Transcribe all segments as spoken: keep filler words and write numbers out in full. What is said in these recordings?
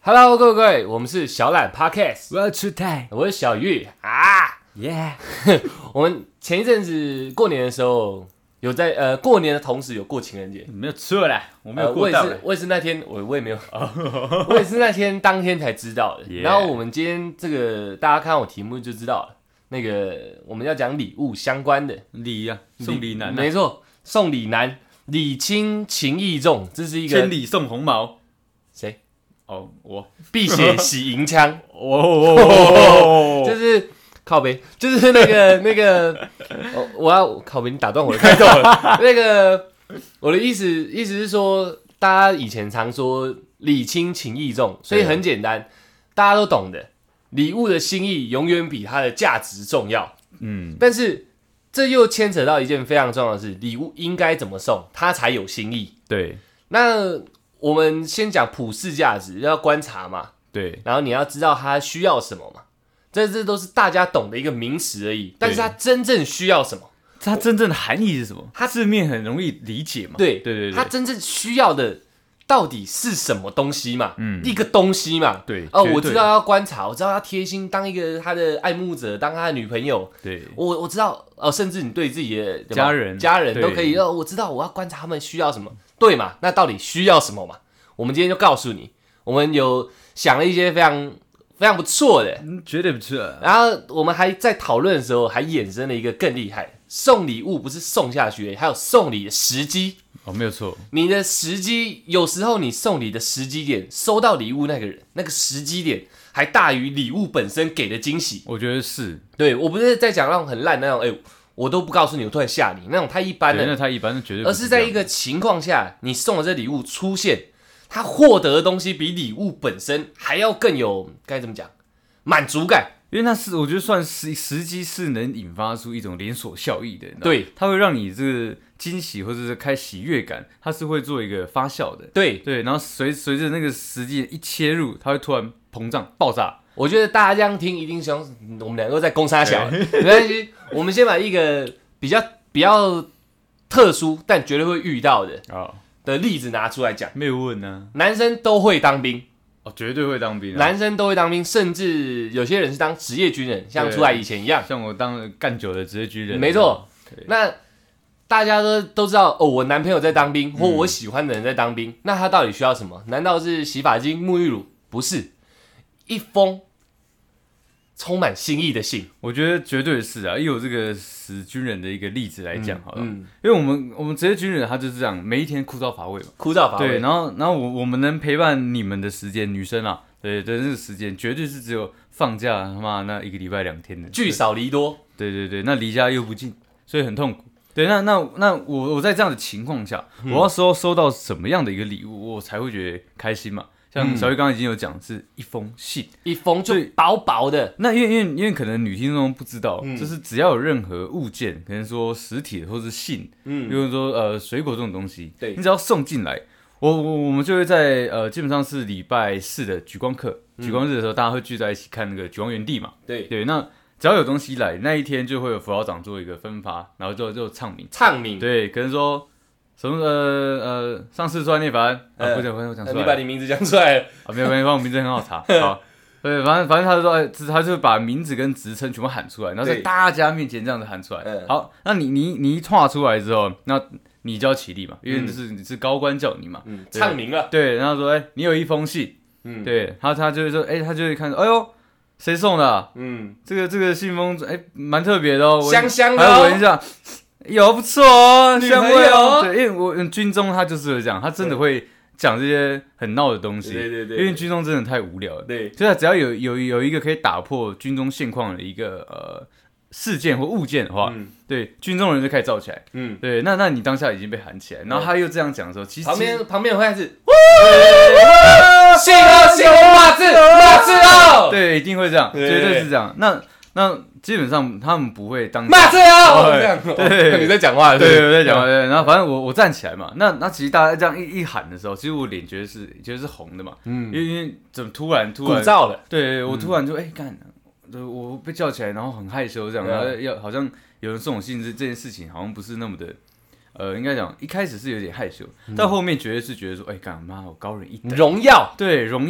Hello， 各位各位，我们是小懒 Podcast， 我要出太， 我是小玉啊， 耶！ 我们前一阵子过年的时候，有在呃过年的同时有过情人节， 没有错啦，我没有过到、 呃、我也是，我也是那天我我也没有，我也是那天当天才知道的。Yeah. 然后我们今天这个大家看到我题目就知道了，那个我们要讲礼物相关的礼啊，送礼难、啊， 没错，送礼难，礼轻情意重，这是一个千里送红毛， 谁？ 哦，我辟邪洗银枪， 哦， 就是靠北，就是那个那个，哦、我要靠北，你打断我的开头了。那个我的意思意思是说，大家以前常说礼轻情意重，所以很简单，大家都懂的，礼物的心意永远比它的价值重要。嗯，但是这又牵扯到一件非常重要的事，礼物应该怎么送，它才有心意。 对， 那我们先讲普世价值，要观察嘛， 对， 然后你要知道他需要什么嘛，这这都是大家懂的一个名词而已。但是他真正需要什么？ 它真正的含义是什么？它字面很容易理解嘛。 对对 对, 对， 他真正需要的到底是什么东西嘛？嗯，一个东西嘛。 对， 哦，我知道要观察，我知道要贴心，当一个他的爱慕者，当他的女朋友。 对， 我我知道，哦，甚至你对自己的家人、 家人都可以。哦，我知道我要观察他们需要什么，对嘛？那到底需要什么嘛？我们今天就告诉你，我们有想了一些非常非常不错的， 嗯，绝对不错。 然后我们还在讨论的时候，还衍生了一个更厉害，送礼物不是送下去，还有送礼的时机。 哦，没有错。 你的时机，有时候你送礼的时机点，收到礼物那个人，那个时机点还大于礼物本身给的惊喜。 我觉得是。 对，我不是在讲那种很烂那种，哎、欸，我都不告诉你，我突然吓你那种太一般了。 那太一般，那绝对不是。 而是在一个情况下，你送的这礼物出现。他获得的东西比礼物本身还要更有该怎么讲满足感， 因为那是我觉得算时时机是能引发出一种连锁效益的， 对， 它会让你这个惊喜或者是开喜悦感，它是会做一个发酵的， 对对，然后随随着那个时机一切入，它会突然膨胀爆炸。 我觉得大家这样听一定想我们两个在攻杀小，没关系，我们先把一个比较比较特殊但绝对会遇到的啊。哦的例子拿出来讲， 没有问啊。 男生都会当兵哦，绝对会当兵、啊。 男生都会当兵，甚至有些人是当职业军人，像出来以前一样。 像我当干久的职业军人， 没错。那大家都都知道哦，我男朋友在当兵，或我喜欢的人在当兵，嗯、那他到底需要什么？难道是洗发精、沐浴乳？不是，一封充满心意的信。 我觉得绝对是啊，以我这个死军人的一个例子来讲好了，嗯嗯、因为我们我们职业军人他就是这样，每一天枯燥乏味嘛， 枯燥乏味。 对，然后然后我我们能陪伴你们的时间，女生啊，对对，这个时间绝对是只有放假他妈那一个礼拜两天的， 聚少离多。 对对对，那离家又不近，所以很痛苦。对，那那那我我在这样的情况下，嗯、我要收收到什么样的一个礼物，我才会觉得开心嘛？像小玉刚刚已经有讲，是一封信， 一封就薄薄的。 那因为因为因为可能女听众不知道，嗯、就是只要有任何物件，可能说实体的或是信，嗯，比如说呃水果这种东西， 对， 你只要送进来，我我我们就会在呃基本上是礼拜四的莒光课，莒光日的时候，大家会聚在一起看那个莒光园地嘛， 对对，那只要有东西来，那一天就会有辅导长做一个分发，然后就就唱名， 唱名， 对，可能说。什么呃呃，上次出来涅槃啊，不讲不讲出来， 你把你名字讲出来了啊，没有关系，反正我名字很好查，好，对，反正反正他就说，哎，他就把名字跟职称全部喊出来，然后在大家面前这样子喊出来，好，那你你你一画出来之后，那你就要起立嘛，因为你是你是高官叫你嘛， 嗯，唱名了， 对，然后说，哎，你有一封信，嗯，对，他他就会说，哎，他就会看，哎呦。谁送的、啊？嗯，这个这个信封，哎，蛮特别的哦， 香香的、哦， 还闻一下。有不错哦，香味哦。对，因为我军中他就是这样，他真的会讲这些很闹的东西。 对对对。 因为军中真的太无聊了。 对。 所以只要有有有一个可以打破军中现况的一个呃事件或物件的话，嗯、对军中人就开始燥起来。嗯。对，那那你当下已经被喊起来，然后他又这样讲的时候，其实旁边旁边会开始。信哦信哦马字马字哦。 对，一定会这样，绝对是这样。那。那基本上他们不会当骂这样， 对，对你在讲话， 对，我在讲话，对。然后反正我我站起来嘛，那那其实大家这样一一喊的时候，其实我脸觉得是觉得是红的嘛，嗯，因为因为怎么突然突然鼓噪了， 对我突然就哎干，我被叫起来，然后很害羞这样，然后要好像有人送我信这这件事情好像不是那么的。呃，应该讲一开始是有点害羞，到后面绝对是觉得说，哎，干嘛我高人一等， 荣耀， 对荣耀。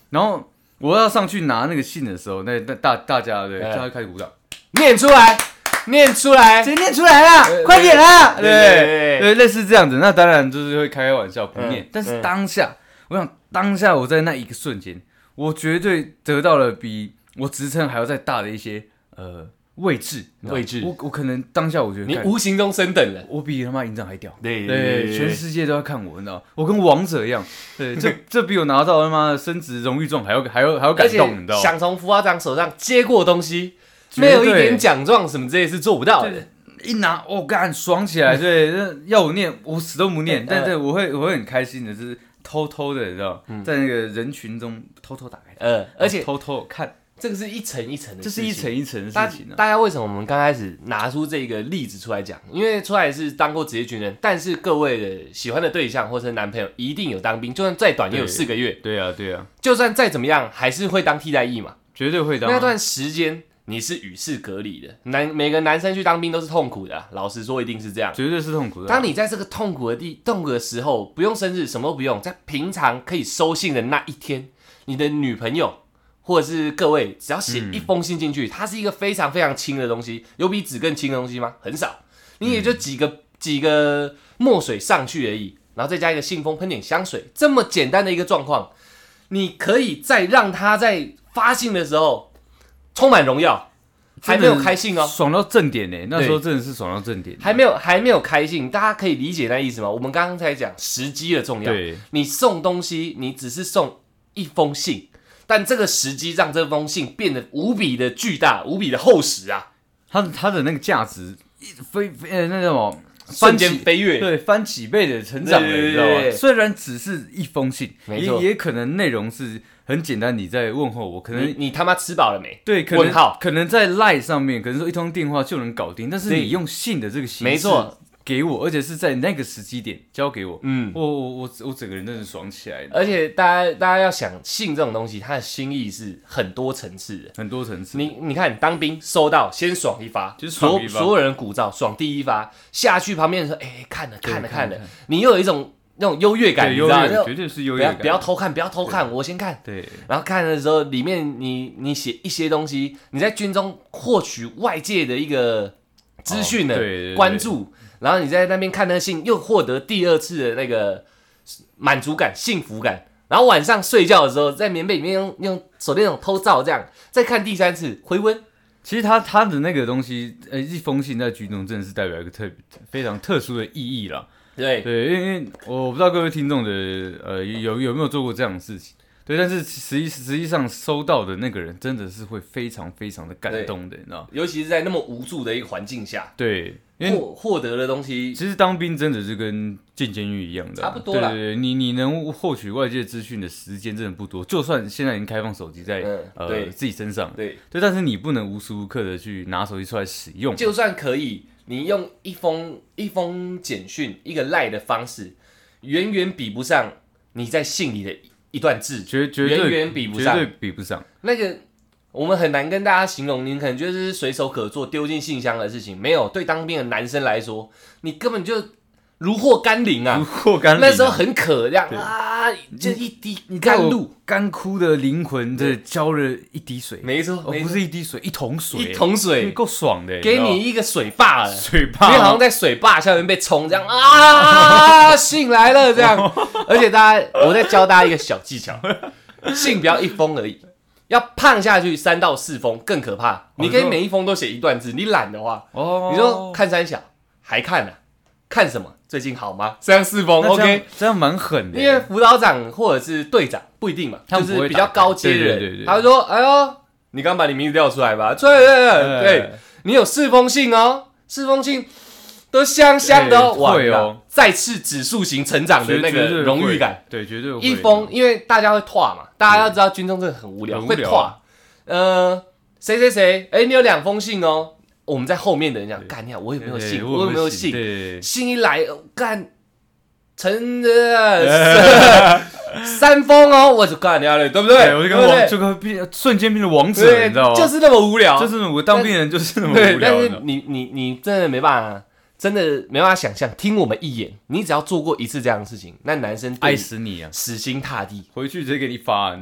然后我要上去拿那个信的时候，那那大大家对，大家开始鼓掌， 念出来，念出来， 直接念出来啦，快点啦，对对对，类似这样子。那当然就是会开开玩笑不念，但是当下，我想当下我在那一个瞬间，我绝对得到了比我职称还要再大的一些呃。位置， 位置， 我我可能当下我觉得你无形中升等了， 我比他妈营长还屌， 对对，对全世界都要看我，你知道，我跟王者一样，对，这这比我拿到他妈的升职荣誉状还要还要还要感动，你知道吗？ 想从副校长手上接过东西，没有一点奖状什么这些是做不到的。 一拿，我、哦、干爽起来，对，要我念，我死都不念，但是我会我会很开心的，就是偷偷的，你知道，嗯、在那个人群中偷偷打开它， 呃，而且偷偷看。 这个是一层一层的事情， 这是一层一层的事情、啊。 大家为什么我们刚开始拿出这个例子出来讲？因为出来是当过职业军人，但是各位的喜欢的对象或者男朋友一定有当兵，就算再短也有四个月。 对啊，对啊， 就算再怎么样，还是会当替代役嘛， 绝对会当、啊。 那段时间你是与世隔离的，男每个男生去当兵都是痛苦的、啊，老实说一定是这样， 绝对是痛苦的、啊。 当你在这个痛苦的地痛苦的时候，不用生日，什么都不用，在平常可以收信的那一天，你的女朋友。或者是各位，只要写一封信进去，嗯、它是一个非常非常轻的东西，有比纸更轻的东西吗？很少，你也就几个、嗯、几个墨水上去而已，然后再加一个信封，喷点香水，这么简单的一个状况，你可以再让他在发信的时候充满荣耀，还没有开信哦， 爽到正点呢，那时候真的是爽到正点， 还没有还没有开信，大家可以理解那意思吗？我们刚刚才讲时机的重要， 对， 你送东西，你只是送一封信。但这个时机让这封信变得无比的巨大，无比的厚实啊！ 它它的那个价值飞飞呃那种瞬间飞跃， 对，翻几倍的成长了，你知道吗？虽然只是一封信， 没错， 也也可能内容是很简单，你在问候我，可能你, 你他妈吃饱了没？ 对，可能可能在 LINE 上面，可能说一通电话就能搞定，但是你用信的这个形式， 没错。 给我，而且是在那个时机点交给我， 嗯， 我我我我整个人真的爽起来了。 而且大家大家要想，信这种东西，它的心意是很多层次的， 很多层次。 你你看，当兵收到先爽一发， 就是爽一发， 所有人鼓噪，爽第一发下去，旁边人说，哎、欸，看了看了看了，你又有一种那种优越感，你知道吗？ 绝对是优越感。 不要不要偷看，不要偷看，我先看。 对。 然后看的时候，里面你你写一些东西，你在军中获取外界的一个资讯的、哦、对对对关注。然后你在那边看那个信，又获得第二次的那个满足感、幸福感。然后晚上睡觉的时候，在棉被里面用用手电筒偷照，这样再看第三次回温。 其实他他的那个东西，呃，一封信在军中真的是代表一个特非常特殊的意义啦。 对对，因为因为我不知道各位听众的呃有有没有做过这样的事情。对，但是实际实际上收到的那个人真的是会非常非常的感动的，你知道吗？ 尤其是在那么无助的一个环境下， 对， 获获得的东西， 其实当兵真的是跟进监狱一样的、啊， 差不多啦。 对对对，你你能获取外界资讯的时间真的不多，就算现在已经开放手机在、嗯、呃自己身上， 对对，但是你不能无时无刻的去拿手机出来使用。 就算可以，你用一封一封简讯、一个 LINE 的方式，远远比不上你在信里的一段字， 绝绝远远比不上， 绝对比不上。 那个我们很难跟大家形容，你可能觉得这是随手可做、丢进信箱的事情，没有。对当兵的男生来说，你根本就如获甘霖啊！ 如获甘霖、啊， 那时候很渴，这样啊，就一滴甘露， 干枯的灵魂的浇了一滴水， 没错， 哦，不是一滴水，一桶水， 一桶水， 够爽的， 给你一个水坝了， 水坝， 你好像在水坝下面被冲，这样啊，信来了这样。而且大家，我再教大家一个小技巧，信不要一封而已。要胖下去三到四封更可怕，你可以每一封都写一段字，你懒的话，哦，你说看三小还看呢、啊？看什么？最近好吗？这样四封 ，OK， 这样蛮狠的。 因为辅导长或者是队长不一定嘛，就是比较高阶的人， 对对对， 他会说：“哎呦，你刚把你名字调出来吧，出来，对对对，你有四封信哦，四封信都香香的哦， 会哦， 再次指数型成长的那个荣誉感， 对，绝对有一封，因为大家会拓嘛，大家要知道军中真的很无聊，会拓。呃，谁谁谁，哎，你有两封信哦。”我们在后面的人讲，干你我有没有信？我有没有信？信一来，干成的三封哦，我就干掉了，对不对？ 我就跟王，这个变瞬间变成王者，你知道吗？ 就是那么无聊， 就是我当兵人就是那么无聊。 但是你你你真的没办法，真的没办法想象，听我们一眼，你只要做过一次这样的事情，那男生爱死你啊， 死心塌地， 回去直接给你发，你知道吗？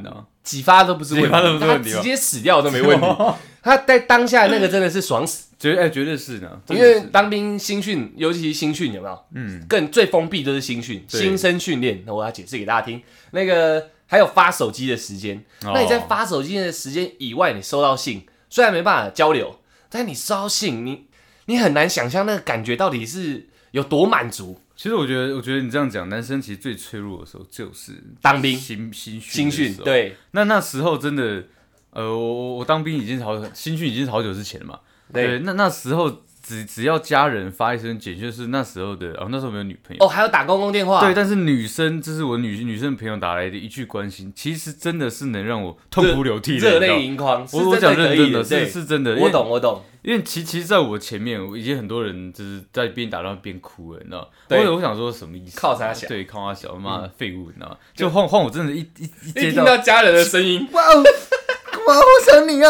几发都不是问题，他直接死掉都没问题。他在当下那个真的是爽死， 绝哎绝对是呢， 因为当兵新训，尤其新训有没有？嗯，更最封闭就是新训，新生训练。那我要解释给大家听，那个还有发手机的时间。哦、那你在发手机的时间以外，你收到信，虽然没办法交流，但你收到信，你你很难想象那个感觉到底是有多满足。 其实我觉得，我觉得你这样讲，男生其实最脆弱的时候就是当兵、 新新新训。对， 那那时候真的。呃，我我当兵已经好新训已经是好久之前了嘛，对，对那那时候只只要家人发一声简讯，就是那时候的哦，那时候没有女朋友哦，还有打公共电话， 对，但是女生这是我女女生朋友打来的一句关心，其实真的是能让我痛哭流涕的， 热泪盈眶。 我我讲认真的，是是真的， 我懂我懂， 因为其其实在我前面，已经很多人就是在边打电话边哭了，你知道？对，我想说什么意思？ 靠啥小？ 对，靠啥小？妈的废物，你知道吗？就换换我真的一，一一接听到家人的声音，哇！ 哇，我想你啊！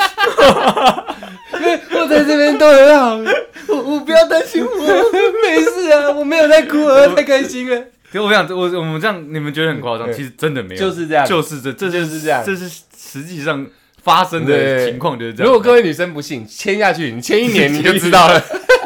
我在这边都很好， 我我不要担心我， 没事啊，我没有在哭，我太开心了。 可我想，我我们这样，你们觉得很夸张，其实真的没有， 就是这样， 就是这，这就是这样， 这是实际上发生的情况，就是这样。 如果各位女生不信，签下去，你签一年你就知道了。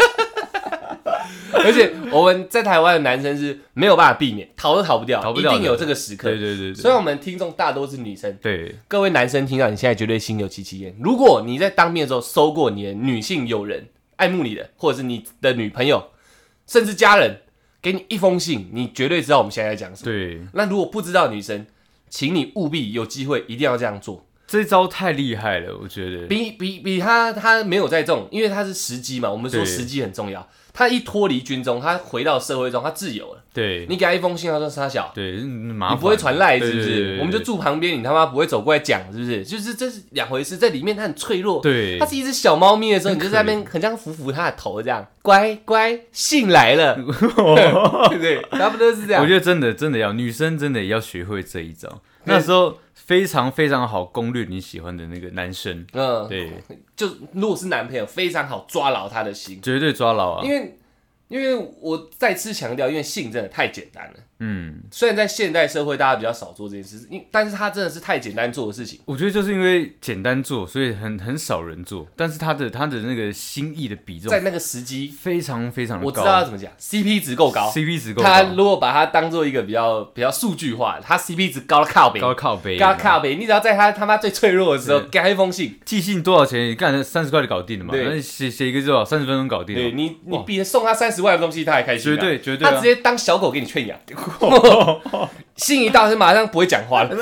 而且我们在台湾的男生是没有办法避免，逃都逃不掉， 逃不掉， 一定有这个时刻。 对对 对, 对。 虽然我们听众大多是女生， 对各位男生听到你现在绝对心有戚戚焉。如果你在当兵的时候收过你的女性友人爱慕你的，或者是你的女朋友，甚至家人给你一封信，你绝对知道我们现在在讲什么。 对。 那如果不知道的女生，请你务必有机会一定要这样做。 这招太厉害了，我觉得比比比他他没有在这种，因为他是时机嘛，我们说时机很重要。他一脱离军中，他回到社会中，他自由了。 对， 你给他一封信，他说傻小， 对，麻烦， 你不会传赖是不是？ 对对对对对， 我们就住旁边，你他妈不会走过来讲是不是？就是这是两回事，在里面他很脆弱， 对， 他是一只小猫咪的时候，你就在那边很像抚抚他的头这样，乖乖，信来了，对不对？差不多是这样。 我觉得真的真的要女生真的也要学会这一招，那时候非常非常好攻略你喜欢的那个男生，嗯，对， 就如果是男朋友，非常好抓牢他的心， 绝对抓牢啊， 因为。因为我再次强调，因为性真的太简单了。 嗯， 虽然在现代社会大家比较少做这件事，但是它真的是太简单做的事情。 我觉得就是因为简单做，所以很很少人做，但是它的它的那个心意的比重， 在那个时机非常非常的高。 我知道要怎么讲 ，C P 值够高 ，C P 值够高。 他如果把它当做一个比较比较数据化，他 C P 值高到靠北， 高靠北， 高靠北。你只要在他他妈最脆弱的时候给他一封信， 寄信多少钱？你干三十块就搞定了嘛？那写写一个多少？三十分钟搞定了。 对你你比送他三十万的东西他还开心。 绝对绝对、 啊，他直接当小狗给你劝养。信一到，他马上不会讲话了，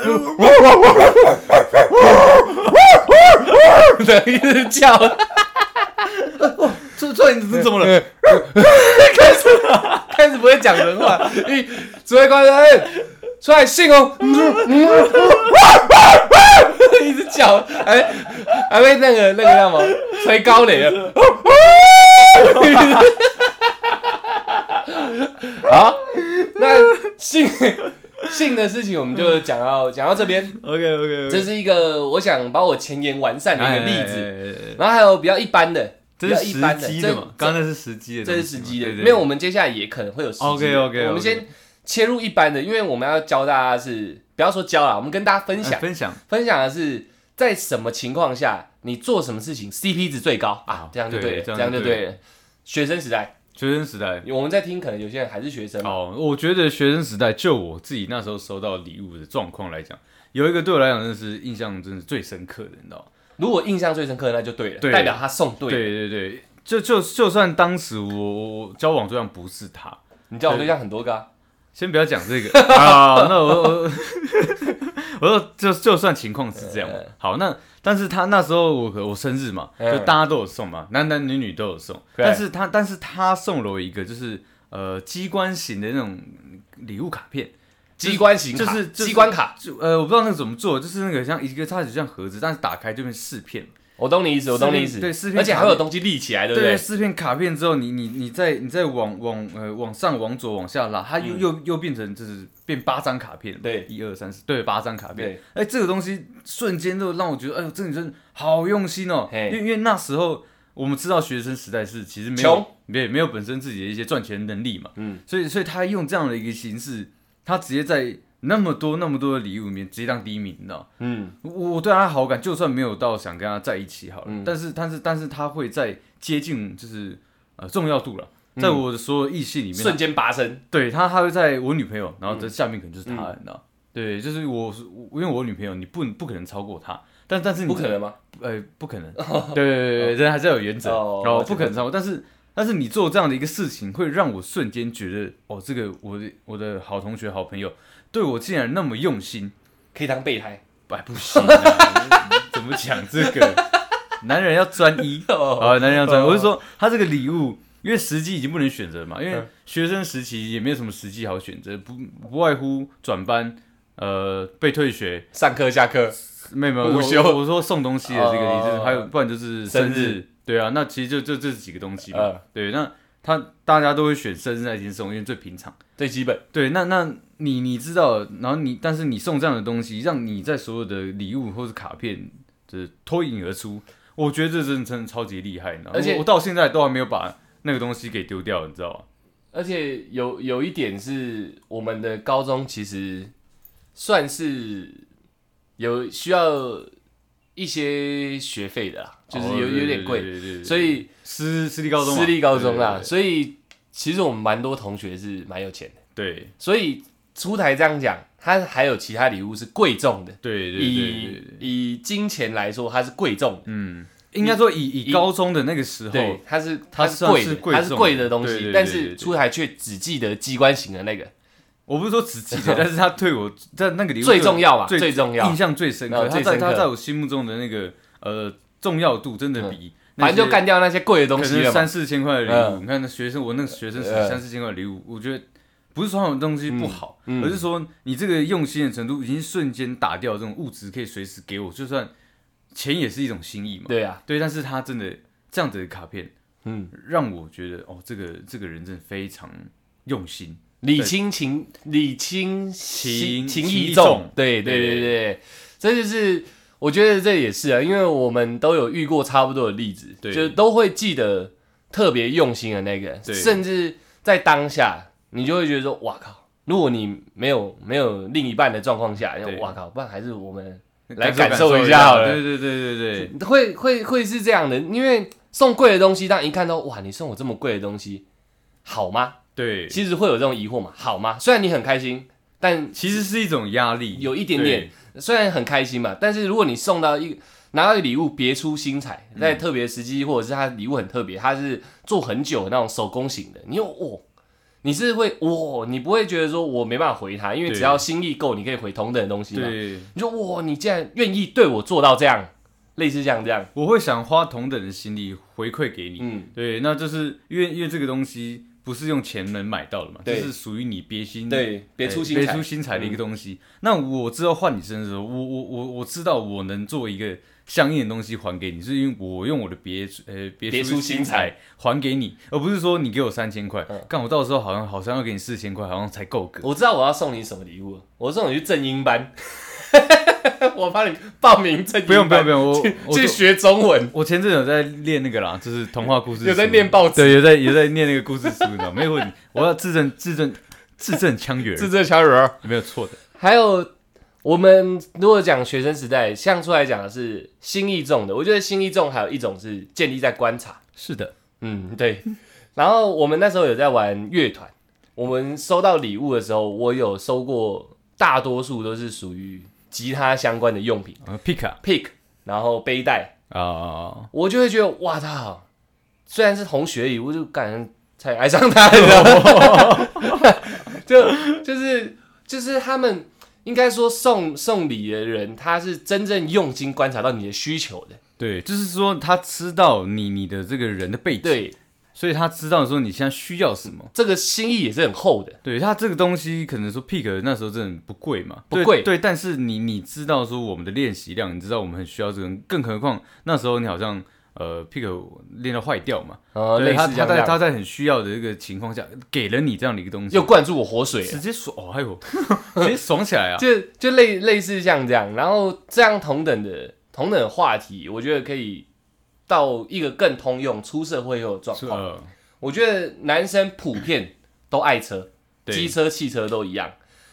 对，一直叫。 出出来你怎么了？ 开始开始不会讲人话，一指挥官人出来信哦，一直叫，还还被那个那个叫什么吹高雷了。好，那性性的事情我们就讲到讲到这边。 OK OK， 这是一个我想把我前言完善的一个例子。然后还有比较一般的， 这是时机的嘛？刚刚那是时机的， 这是时机的。没有，我们接下来也可能会有时机。 OK OK， 我们先切入一般的，因为我们要教大家是不要说教啦，我们跟大家分享分享分享的是在什么情况下你做什么事情 C P 值最高啊？这样就对了，这样就对了。学生时代。 学生时代， 我们在听，可能有些人还是学生嘛。 哦，我觉得学生时代，就我自己那时候收到礼物的状况来讲，有一个对我来讲真的是印象真的是最深刻的，你知道吗？ 如果印象最深刻，那就对了，对代表他送对了。 对对对，就就就算当时我我交往对象不是他， 你交往对象很多个、啊， 先不要讲这个啊。那我我我说就就算情况是这样，好那。但是他那时候我我生日嘛，就大家都有送嘛，男男女女都有送。但是他但是他送了我一个就是呃机关型的那种礼物卡片， 机关型卡就是机关卡， 就呃我不知道那个怎么做，就是那个像一个它就像盒子，但是打开就变四片。 我懂你意思，我懂你意思。 对，四片， 而且还有东西立起来，对不对？ 对，四片卡片之后，你你你再你再往往呃往上往左往下拉，它又、嗯、又又变成就是变八张卡片。 对， 一二三四，对，八张卡片。哎，这个东西瞬间就让我觉得，哎呦，这女生好用心哦。因为因为那时候我们知道学生时代是其实没有没没有本身自己的一些赚钱能力嘛，嗯，所以所以他用这样的一个形式，他直接在那么多那么多的礼物里面直接当第一名，你知道？嗯，我对他好感，就算没有到想跟他在一起好了，嗯、但是但是但是他会在接近就是呃重要度了，在我的所有异性里面瞬间拔升。 对他，他会在我女朋友，然后在下面可能就是他，嗯、你知道？对，就是我，因为我女朋友，你不不可能超过她，但但是你不可能吗？ 呃，不可能。对对对对，人还是要有原则， 哦， 然后不可能超过，但是。但是你做这样的一个事情，会让我瞬间觉得，哦，这个我的我的好同学、好朋友，对我竟然那么用心， 可以当备胎， 哎，不行、啊，怎么讲这个？男人要专一啊，男人要专一。我是说，他这个礼物，因为时机已经不能选择嘛，因为学生时期也没有什么时机好选择，不不外乎转班，呃，被退学， 上课下课， 没有没有午休。 我说送东西的这个例子，还有不然就是生日。对啊，那其实就就这几个东西嘛。呃、对，那他大家都会选生日那天送，因为最平常、 最基本。 对，那那你你知道，然后你但是你送这样的东西，让你在所有的礼物或是卡片就是脱颖而出，我觉得这真的真的超级厉害，你知道吗？而且我到现在都还没有把那个东西给丢掉，你知道吗？ 而且有有一点是，我们的高中其实算是有需要一些学费的啦。就是有有点贵，所以私私立高中私立高中啦，所以其实我们蛮多同学是蛮有钱的， 对， 所以出台这样讲，他还有其他礼物是贵重的， 对对对， 以以金钱来说，它是贵重的， 嗯，应该说以以高中的那个时候， 对，它是它是贵的，它是贵的东西，但是出台却只记得机关型的那个。 我不是说只记得，但是他对我在那个礼物最重要嘛，最重要， 印象最深刻，他在他在我心目中的那个呃。重要度真的比， 反正就干掉那些贵的东西了嘛。 三四千块的礼物，你看那学生，我那个学生是三四千块的礼物，我觉得不是说他们东西不好，而是说你这个用心的程度已经瞬间打掉这种物质可以随时给我，就算钱也是一种心意嘛。 对啊， 对，但是他真的这样子的卡片，嗯，让我觉得哦，这个这个人真的非常用心， 礼轻情礼轻情情意重，对对对对，这就是。我觉得这也是啊，因为我们都有遇过差不多的例子，就都会记得特别用心的那个，甚至在当下，你就会觉得说，哇靠！如果你没有没有另一半的状况下，哇靠，不然还是我们来感受一下好了。 对对对对对， 会会会是这样的，因为送贵的东西，当一看到哇，你送我这么贵的东西，好吗？ 对， 其实会有这种疑惑嘛，好吗？虽然你很开心，但其实是一种压力， 有一点点。虽然很开心嘛，但是如果你送到一拿到一个礼物别出心裁，在特别时机，或者是他礼物很特别，他是做很久的那种手工型的，你有哇，你是会哇，你不会觉得说我没办法回他，因为只要心意够，你可以回同等的东西嘛。对，你说哇，你竟然愿意对我做到这样，类似像这样， 我会想花同等的心力回馈给你。嗯，对，那就是因为因为这个东西。不是用钱能买到的嘛，这是属于你别心对别出心别出心裁的一个东西。嗯、那我之后换你身的时候，我我我我知道我能做一个相应的东西还给你，是因为我用我的别呃别出心裁还给你，而不是说你给我三千块，干、嗯、我到时候好像好像要给你四千块，好像才够格。 我知道我要送你什么礼物，我送你去正音班。我帮你报名正音班， 不用不用不用，我我去学中文。 我前阵有在练那个啦，就是童话故事书， 有在念报纸， 对，有在有在念那个故事书，你知道没有问题。我要字正字正字正腔圆， 字正腔圆没有错的。 还有我们如果讲学生时代，像出来讲的是心意重的，我觉得心意重还有一种是建立在观察。 是的， 嗯，对。然后我们那时候有在玩乐团，我们收到礼物的时候，我有收过，大多数都是属于吉他相关的用品、 uh, pick pick， 然后背带啊，uh, 我就会觉得哇操，虽然是同学礼物，就感才爱上他，你知道吗？就就是就是他们应该说送送礼的人，他是真正用心观察到你的需求的， 对，就是说他知道你你的这个人的背景， 对。 所以他知道说你现在需要什么， 这个心意也是很厚的。 对，他这个东西可能说 pick 那时候真的不贵嘛， 不贵。 对，但是你你知道说我们的练习量，你知道我们很需要这个，更何况那时候你好像呃 pick 练到坏掉嘛， 呃， 对， 他他在他在很需要的这个情况下，给了你这样的一个东西， 又灌注我活水， 直接爽哦，还有直接爽起来啊！ 就就类类似像这样，然后这样同等的同等的话题，我觉得可以到一个更通用出社会后的状况。我觉得男生普遍都爱车，机车、汽车都一样。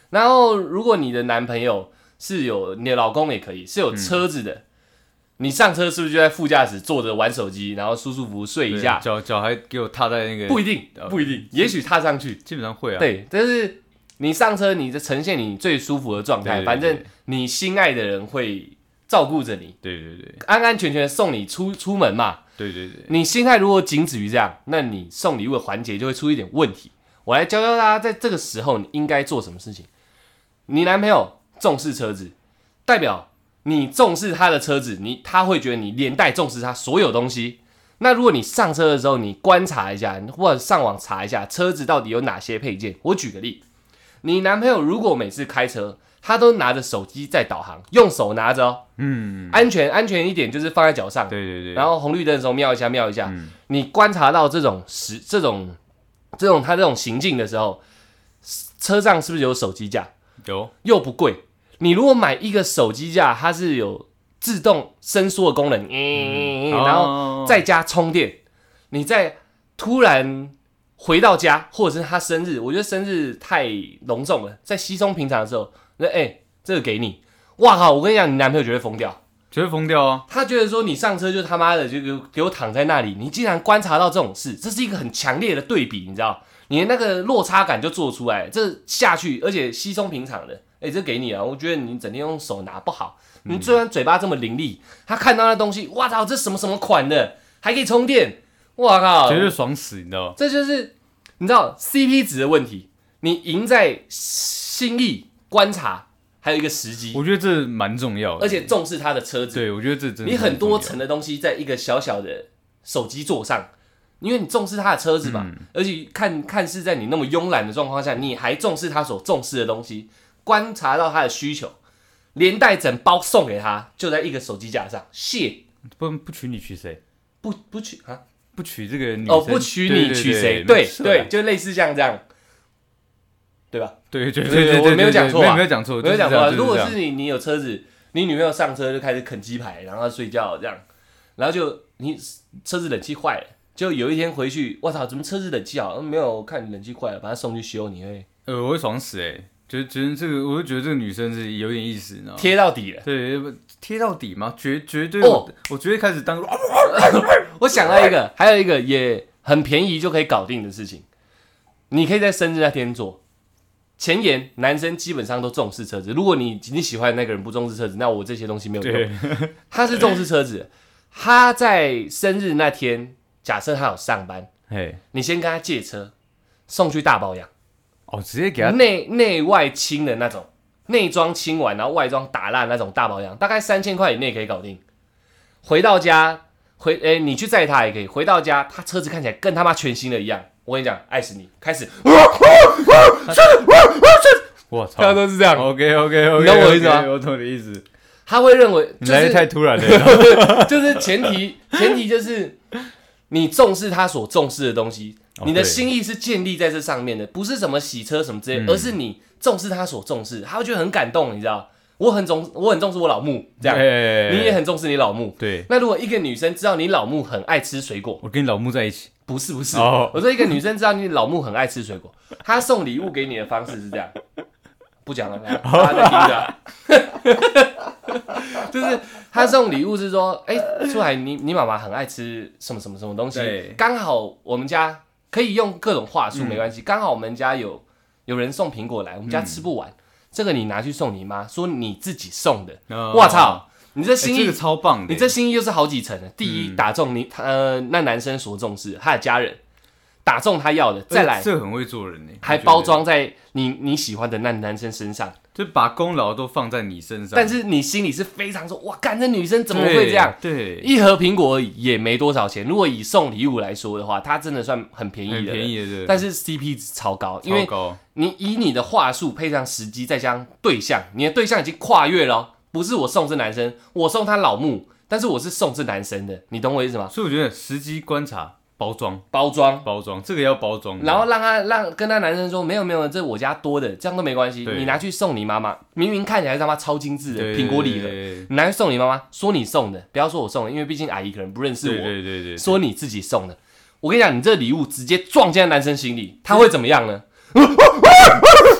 然后如果你的男朋友是有，你的老公也可以是有车子的。嗯，你上车是不是就在副驾驶坐着玩手机，然后舒舒服服睡一下？ 脚脚还给我踏在那个？ 不一定，不一定，也许踏上去， 基本上会啊。 对，但是你上车，你呈现你最舒服的状态，反正你心爱的人会照顾着你， 对对对， 安安全全送你出出门嘛。 对对对， 你心态如果仅止于这样，那你送礼物的环节就会出一点问题。我来教教大家，在这个时候你应该做什么事情。你男朋友重视车子，代表你重视他的车子，你他会觉得你连带重视他所有东西。那如果你上车的时候，你观察一下，或者上网查一下车子到底有哪些配件。我举个例，你男朋友如果每次开车，他都拿着手机在导航，用手拿着哦，嗯，安全安全一点，就是放在脚上， 对对对， 然后红绿灯的时候瞄一下瞄一下，嗯，你观察到这种时这种这种他这种行径的时候，车上是不是有手机架？ 有， 又不贵。你如果买一个手机架，它是有自动伸缩的功能，嗯，然后再加充电，你再突然回到家，或者是他生日，我觉得生日太隆重了，在稀松平常的时候。那哎、欸，这个给你，哇靠！我跟你讲，你男朋友绝对疯掉， 绝对疯掉啊！ 他觉得说你上车就他妈的就给我给我躺在那里，你竟然观察到这种事，这是一个很强烈的对比，你知道？你的那个落差感就做出来，这下去，而且稀松平常的，哎、欸，这给你啊！我觉得你整天用手拿不好，你虽然嘴巴这么伶俐，他看到那东西，哇操，这什么什么款的，还可以充电，哇靠， 绝对爽死，你知道？ 这就是你知道 C P 值的问题，你赢在心意。观察，还有一个时机， 我觉得这蛮重要的， 而且重视他的车子。 对，我觉得这真的你很多层的东西在一个小小的手机座上，因为你重视他的车子嘛，嗯、而且看看似在你那么慵懒的状况下，你还重视他所重视的东西，观察到他的需求，连带整包送给他，就在一个手机架上。谢， 不不娶你娶谁？ 不不娶啊？ 不娶这个女生？ 哦，不娶你娶谁？对 对, 对，就类似像这样。对吧？ 对对对对， 我没有讲错、啊， 没有讲错， 没有讲错、啊。如果是你，你有车子，你女朋友上车就开始啃鸡排，然后睡觉这样，然后就你车子冷气坏了，就有一天回去，我操，怎么车子冷气好？没有，我看你冷气坏了，把它送去修，你会？ 呃，我会爽死哎、欸，觉得觉得这个，我就觉得这个女生是有点意思，你知道吗？ 贴到底了， 对，贴到底吗？绝绝对，哦、我绝对开始当。 我想到一个，还有一个也很便宜就可以搞定的事情，你可以在生日那天做。前言，男生基本上都重视车子。如果你你喜欢的那个人不重视车子，那我这些东西没有用。他是重视车子，他在生日那天，假设他有上班，你先跟他借车，送去大保养。 哦，直接给他内内外清的那种，内装清完，然后外装打烂那种大保养，大概三千块以内可以搞定。回到家，回诶、欸，你去载他也可以。回到家，他车子看起来跟他妈全新的一样。我跟你讲，爱死你！开始， 我操， 他都是这样。 OK OK OK， 你懂我意思吗？ 我懂你的意思。 他会认为、就是、 你来得太突然了， 就是前提前提就是你重视他所重视的东西，你的心意是建立在这上面的，不是什么洗车什么之类、嗯，而是你重视他所重视，他会觉得很感动，你知道？我很重，我很重视我老木，这样，你也很重视你老木。 对。 那如果一个女生知道你老木很爱吃水果， 我跟你老木在一起。 不是不是， oh. 我说一个女生知道你老木很爱吃水果，她送礼物给你的方式是这样，不讲了，大家在听着，就是她送礼物是说，哎、欸，出来你你妈妈很爱吃什么什么什么东西，刚好我们家可以用各种话术、嗯、没关系，刚好我们家有有人送苹果来，我们家吃不完，嗯、这个你拿去送你妈，说你自己送的，我、oh. 操！你这心意、欸、 这个超棒的， 你这心意又是好几层的。第一，嗯、打中你呃那男生所重视他的家人，打中他要的，再来这很会做人呢， 还包装在你你喜欢的那男生身上， 就把功劳都放在你身上。 但是你心里是非常说，哇，干这女生怎么会这样？ 对， 一盒苹果也没多少钱。如果以送礼物来说的话，它真的算很便宜的， 很便宜的，对。 但是 C P 值超高，因为你以你的话术配上时机，再加上对象，你的对象已经跨越了、哦。不是我送这男生，我送他老木，但是我是送这男生的，你懂我意思吗？ 所以我觉得时机观察、包装、 包装、 包装，这个要包装， 然后让他让跟他男生说，没有没有，这是我家多的，这样都没关系，你拿去送你妈妈，明明看起来他妈超精致的苹果礼盒，你拿去送你妈妈，说你送的，不要说我送的，因为毕竟阿姨可能不认识我， 对对对 对, 对， 说你自己送的。我跟你讲，你这礼物直接撞进男生心里，他会怎么样呢？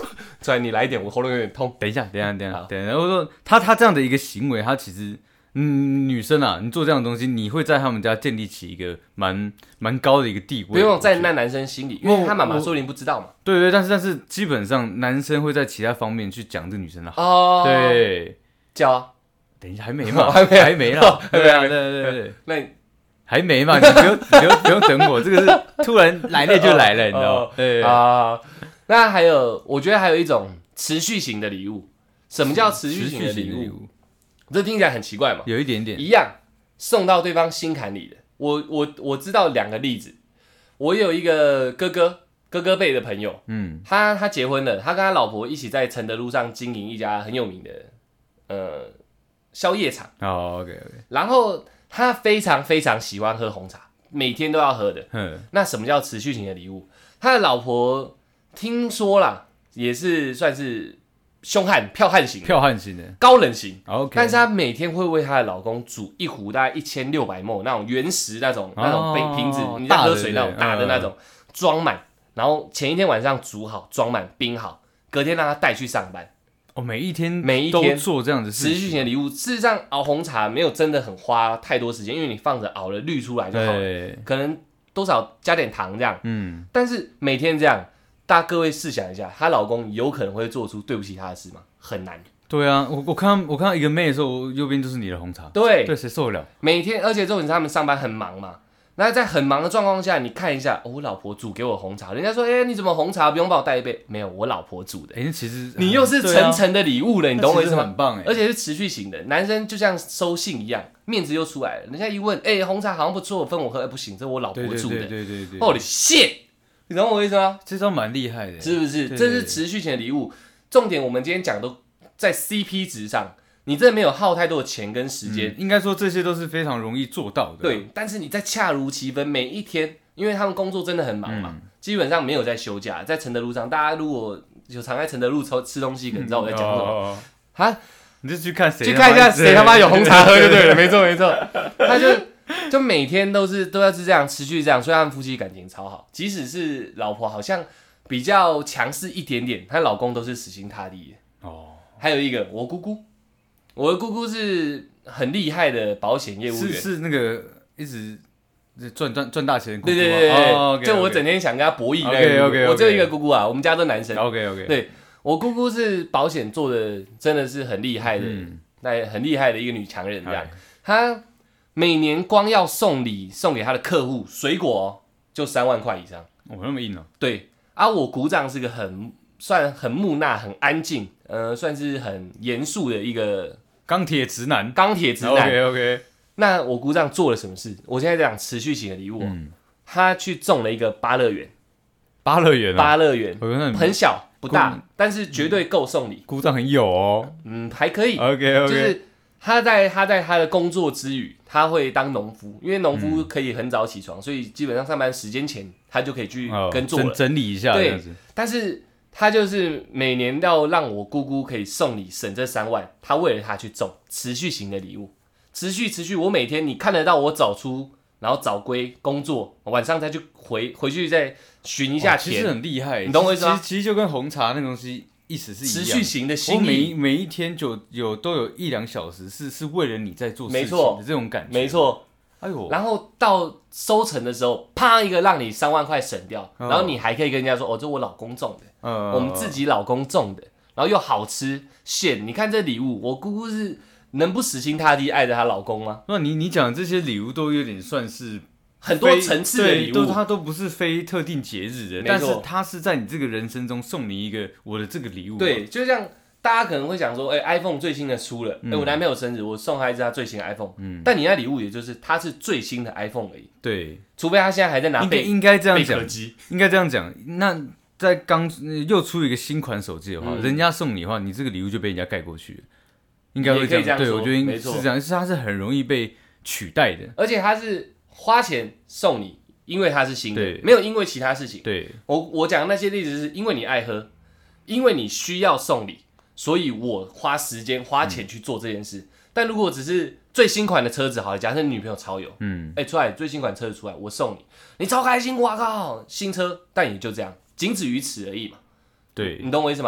出来你来一点，我喉咙有点痛。 等一下，等一下，等一下，等一下。我说他他这样的一个行为，他其实。嗯，女生啊，你做这样的东西，你会在他们家建立起一个蛮蛮高的一个地位。 不用在那男生心里，因为他妈妈说不定不知道嘛。 对对，但是但是基本上男生会在其他方面去讲这女生的好。 哦， 对， 叫啊， 等一下还没嘛， 还没还没啦，对啊，对对对对， 那你还没嘛，你不用不用不用等我，这个是突然来了就来了，你知道吗？对啊，那还有，我觉得还有一种持续型的礼物。什么叫持续型的礼物？这听起来很奇怪嘛， 有一点点一样送到对方心坎里的。我我我知道两个例子，我有一个哥哥哥哥辈的朋友，嗯，他他结婚了，他跟他老婆一起在承德路上经营一家很有名的呃宵夜场。 哦 ，OK OK。 然后他非常非常喜欢喝红茶，每天都要喝的。嗯，那什么叫持续型的礼物？他的老婆听说啦，也是算是。凶悍、剽悍型、 剽悍型的、 高冷型 ，OK。 但是她每天会为她的老公煮一壶大概一千六百 ml 那种原石那种、哦、那种杯瓶子，你在喝水那种大的那种，装满、嗯，然后前一天晚上煮好、装满、冰好，隔天让她带去上班。 哦，每一天每一天都做这样的事情， 持续型的礼物。事实上，熬红茶没有真的很花太多时间，因为你放着熬了滤出来就好了，可能多少加点糖这样。嗯，但是每天这样。大家各位试想一下，她老公有可能会做出对不起她的事吗？很难。 对啊，我我看到我看到一个妹的时候，我右边就是你的红茶。 对对，谁受得了？ 每天，而且重点是他们上班很忙嘛。那在很忙的状况下，你看一下，哦，我老婆煮给我红茶，人家说，哎、欸，你怎么红茶不用帮我带一杯？没有，我老婆煮的。 哎、欸，其实你又是层层的礼物了，啊、你懂我意思吗？ 很棒哎， 而且是持续型的。男生就像收信一样，面子又出来了。人家一问，哎、欸，红茶好像不错，分我喝，哎、欸，不行，这我老婆煮的。 对对对对对。 哦，你谢。你懂我意思吗？ 这招蛮厉害的， 是不是？这是持续型的礼物。重点我们今天讲都在 C P 值上，你真的没有耗太多的钱跟时间、嗯。 应该说这些都是非常容易做到的。 对，但是你在恰如其分，每一天，因为他们工作真的很忙嘛，嗯、基本上没有在休假。在承德路上，大家如果有常在承德路吃东西，可能知道我在讲什么。哈、嗯哦， 你就去看谁， 去看一下谁他妈有红茶喝就对了，没错没错。他就。就每天都是都要是这样持续这样，所以他们夫妻感情超好。即使是老婆好像比较强势一点点，她老公都是死心塌地的。哦，还有一个我姑姑，我的姑姑是很厉害的保险业务员， 是是那个一直赚赚赚大钱的姑姑。 对对对对， 哦、okay, 就我整天想跟她博弈那个。Okay, okay, okay. 我只有一个姑姑啊，我们家都男生。 OK OK， 对我姑姑是保险做的真的是很厉害的，那、嗯、很厉害的一个女强人这样，她。每年光要送礼送给他的客户水果、哦、就三万块以上， 哦，那么硬哦。 对啊，我姑丈是个很算很木讷、很安静，呃，算是很严肃的一个钢铁直男。 钢铁直男。 OK OK。 那我姑丈做了什么事？我现在讲持续型的礼物、哦嗯，他去种了一个芭乐园。 芭乐园啊？ 芭乐园，很小不大，但是绝对够送礼。 姑丈很有哦。 嗯，还可以。 OK OK。 就是他在他在他的工作之余。他会当农夫，因为农夫可以很早起床、嗯，所以基本上上班时间前他就可以去耕作了、 哦、整, 整理一下。 对，但是他就是每年要让我姑姑可以送礼省这三万，他为了他去种持续型的礼物，持续持续。我每天你看得到我早出，然后早归工作，晚上再去回回去再寻一下钱， 其实很厉害。 你懂我意思吗？ 其实其实就跟红茶那东西。意思是一样持续型的心意， 我每每一天就有都有一两小时是是为了你在做事情的这种感觉， 没错。哎呦，然后到收成的时候，啪一个让你三万块省掉、哦，然后你还可以跟人家说，哦，这我老公种的、嗯，我们自己老公种的，然后又好吃，现你看这礼物，我姑姑是能不死心塌地爱着她老公吗？ 那你你讲这些礼物都有点算是。 很多层次的礼物， 都它都不是非特定节日的，但是它是在你这个人生中送你一个我的这个礼物、啊。 对，就像大家可能会想说，哎、欸、，iPhone 最新的出了，哎、嗯欸，我男朋友生日，我送他一支他最新的 iPhone，嗯，但你那礼物也就是它是最新的 iPhone 而已。 对， 除非他现在还在拿贝应该这样讲，应该这样讲。那在刚又出一个新款手机的话、嗯，人家送你的话，你这个礼物就被人家盖过去了，应该会这样。 这样对，我觉得是这样，是它是很容易被取代的， 而且它是花钱送你。因为它是新的，没有因为其他事情。 对， 我我讲的那些例子是因为你爱喝，因为你需要送礼，所以我花时间花钱去做这件事。嗯、但如果只是最新款的车子，好了，假设你女朋友超有，嗯，哎、欸，出来最新款车子出来，我送你，你超开心，哇靠，新车，但也就这样，仅止于此而已嘛。 对， 你懂我意思吗？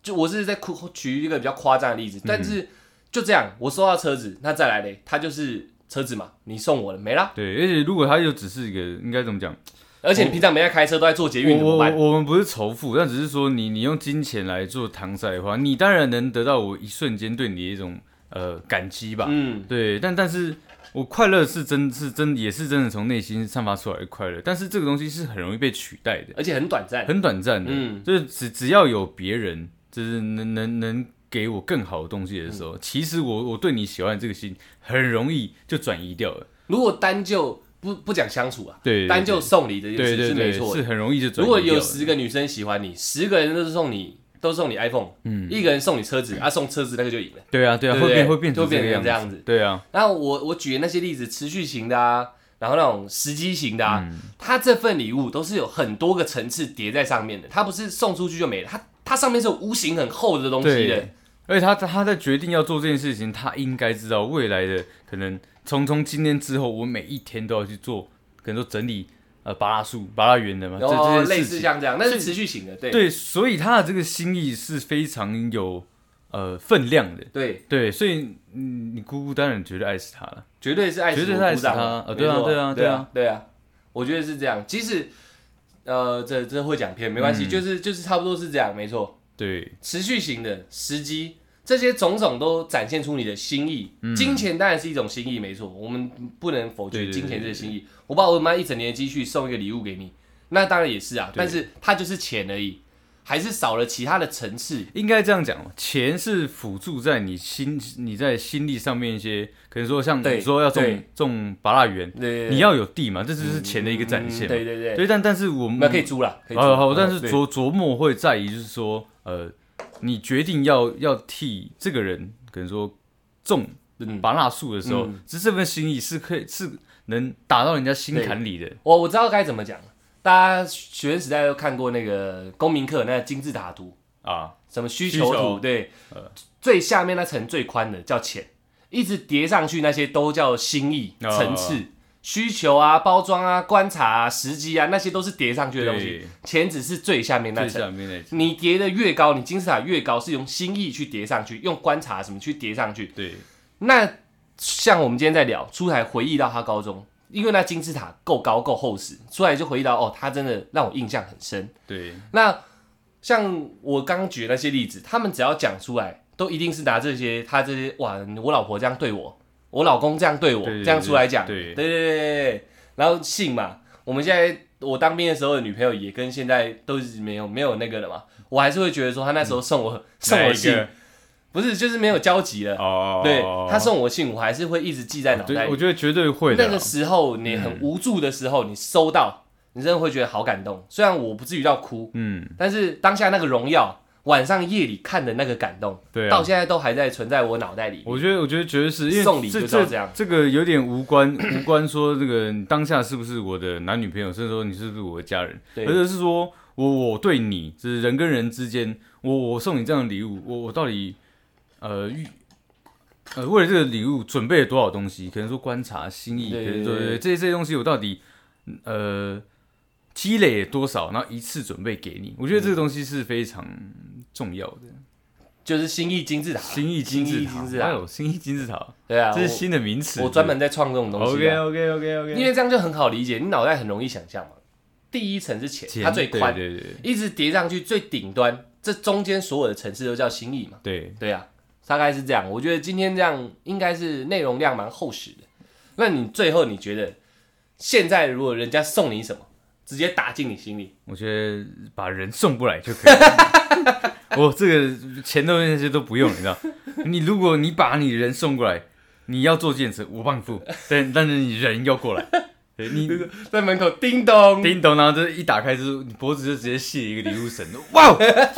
就我是在举一个比较夸张的例子，但是就这样，我收到车子，那再来嘞，它就是车子嘛，你送我了，没啦。 对，而且如果它就只是一个，应该怎么讲？ 而且你平常没在开车，都在做捷运怎么办？ 我我们不是仇富，但只是说你你用金钱来做搪塞的话，你当然能得到我一瞬间对你的一种呃感激吧。嗯，对，但但是我快乐是真是真也是真的从内心散发出来的快乐，但是这个东西是很容易被取代的， 而且很短暂， 很短暂的。嗯，就是只只要有别人，就是能能能给我更好的东西的时候，嗯、其实我我对你喜欢的这个心很容易就转移掉了。 如果单就不不讲相处啊， 对, 对, 对， 单就送礼这件事是没错的， 是很容易就转移掉了。 如果有十个女生喜欢你，十个人都是送你，都送你 iPhone， 嗯，一个人送你车子，啊，送车子那个就赢了。 对啊，对啊，对对会变会变成这样, 这样子。 对啊， 然后我我举的那些例子，持续型的啊，然后那种时机型的啊，嗯、它这份礼物都是有很多个层次叠在上面的，它不是送出去就没了，它它上面是有无形很厚的东西的。 而且他他在决定要做这件事情，他应该知道未来的可能从从今天之后，我每一天都要去做。可能说整理呃芭乐树、芭乐园的嘛， 哦，这这类似像这样，那是持续型的，对对，所以他的这个心意是非常有呃分量的， 对对，所以嗯，你姑姑当然绝对爱死他了， 绝对是爱死， 绝对是爱死他，呃，对啊，对啊， 对啊，对啊，我觉得是这样，即使呃这这会讲偏没关系，嗯、就是就是差不多是这样，没错， 对， 持续型的时机。这些种种都展现出你的心意，嗯、金钱当然是一种心意，没错，我们不能否决金钱这个心意。我把我妈一整年的积蓄送一个礼物给你，那当然也是啊，但是它就是钱而已，还是少了其他的层次。 应该这样讲，钱是辅助在你心你在心力上面一些，可能说像你说要种种芭乐园，你要有地嘛，这就是钱的一个展现嘛。 嗯嗯、对对对， 对，但但是我们可以租啦，可以租。 好好，但是琢琢磨会在于就是说，呃。你决定要要替这个人，可能说种芭乐树的时候，嗯、只是这份心意是可以是能打到人家心坎里的。 我我知道该怎么讲，大家学生时代都看过那个公民课那个金字塔图啊，什么需求图，对，呃、最下面那层最宽的叫钱，一直叠上去那些都叫心意层次。哦需求啊、包装啊、观察啊、时机啊，那些都是叠上去的东西。钱只是最下面那层，你叠的越高，你金字塔越高，是用心意去叠上去，用观察什么去叠上去。 对， 那像我们今天在聊，出来回忆到他高中，因为那金字塔够高够厚实，出来就回忆到哦，他真的让我印象很深。 对， 那像我刚刚举的那些例子，他们只要讲出来，都一定是拿这些，他这些哇，我老婆这样对我。我老公这样对我， 对对对这样出来讲， 对对对对对，然后信嘛，我们现在我当兵的时候的女朋友也跟现在都是没有没有那个了嘛，我还是会觉得说他那时候送我、嗯、送我信，不是就是没有交集了，哦，对他送我信，我还是会一直记在脑袋里， 我觉得绝对会的。 那个时候你很无助的时候，嗯、你收到，你真的会觉得好感动，虽然我不至于到哭，嗯，但是当下那个荣耀。晚上夜里看的那个感动， 对、啊， 到现在都还在存在我脑袋里。 我觉得，我觉得绝对是因为送礼就这样， 这个有点无关无关说这个当下是不是我的男女朋友，甚至说你是不是我的家人，而是说我我对你，就是人跟人之间，我我送你这样的礼物，我我到底呃呃为了这个礼物准备了多少东西？可能说观察心意，可能说这些这些东西我到底呃。积累多少，然后一次准备给你，我觉得这个东西是非常重要的， 就是心意金字塔， 心意金字塔，还有心意金字塔， 对啊， 这是新的名词， 我专门在创这种东西。 OK OK OK OK， 因为这样就很好理解，你脑袋很容易想象嘛。第一层是钱，钱它最宽， 对对对， 一直叠上去最顶端，这中间所有的层次都叫心意嘛。 对对啊，大概是这样。我觉得今天这样应该是内容量蛮厚实的。那你最后你觉得，现在如果人家送你什么？直接打进你心里， 我觉得把人送过来就可以了。我这个钱都那些都不用，你知道？你如果你把你人送过来，你要坐电车，我帮你付，但但是你人要过来，你在门口叮咚叮咚，然后这一打开之后，你脖子就直接卸一个礼物绳，哇！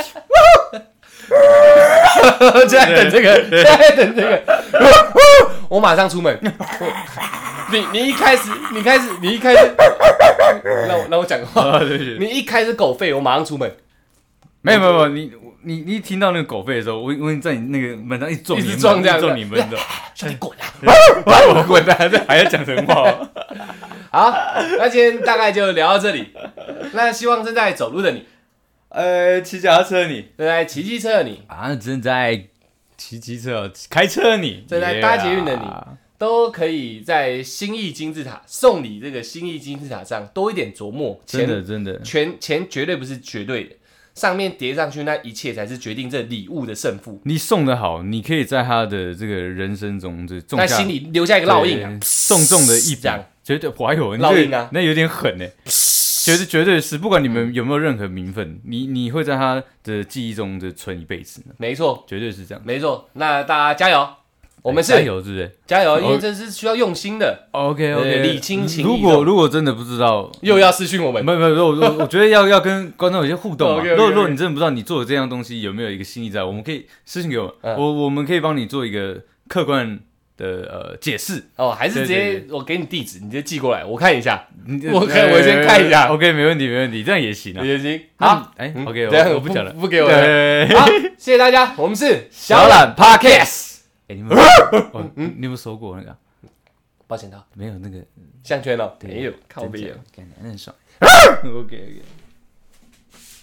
就在等这个，就在等这个，我马上出门。你你一开始，你开始，你一开始，让我让我讲话。你一开始狗吠，我马上出门。 没有没有没有，你你你一听到那个狗吠的时候，我我在你那个门上一撞， 一直撞这样， 撞你门的， 兄弟滚啊！ 我滚啊！这还要讲人话。 好，那今天大概就聊到这里。那希望正在走路的你。 呃，骑脚踏车你， 正在骑机车的你啊，正在骑机车、开车的你， 正在搭捷运的你，都可以在新义金字塔送礼这个新义金字塔上多一点琢磨。 真的真的， 钱钱绝对不是绝对的，上面叠上去那一切才是决定这礼物的胜负。 你送的好，你可以在他的这个人生中就种下， 在心里留下一个烙印啊， 重重的一笔，绝对还有烙印啊，那有点狠哎。绝对绝对是，不管你们有没有任何名分，你你会在他的记忆中的存一辈子。 没错， 绝对是这样。 没错，那大家加油，我们是加油，是不是？ 加油，因为这是需要用心的。 OK OK， 礼轻情意重。 如果如果真的不知道， 又要私讯我们。 没有没有，我我觉得要要跟观众有些互动嘛。如果如果你真的不知道你做的这样东西有没有一个心意在，我们可以私信给我，我我们可以帮你做一个客观的呃解释哦，还是直接我给你地址，你直接寄过来，我看一下，我看我先看一下 ，OK， 没问题没问题，这样也行啊， 也行。好， 哎 ，OK， 我我不讲了， 不给我了。好，谢谢大家，我们是小懒 Podcast。哎，你们你有没有收过那个保险套？ 没有那个项圈哦，没有，靠背有， 很爽。OK OK。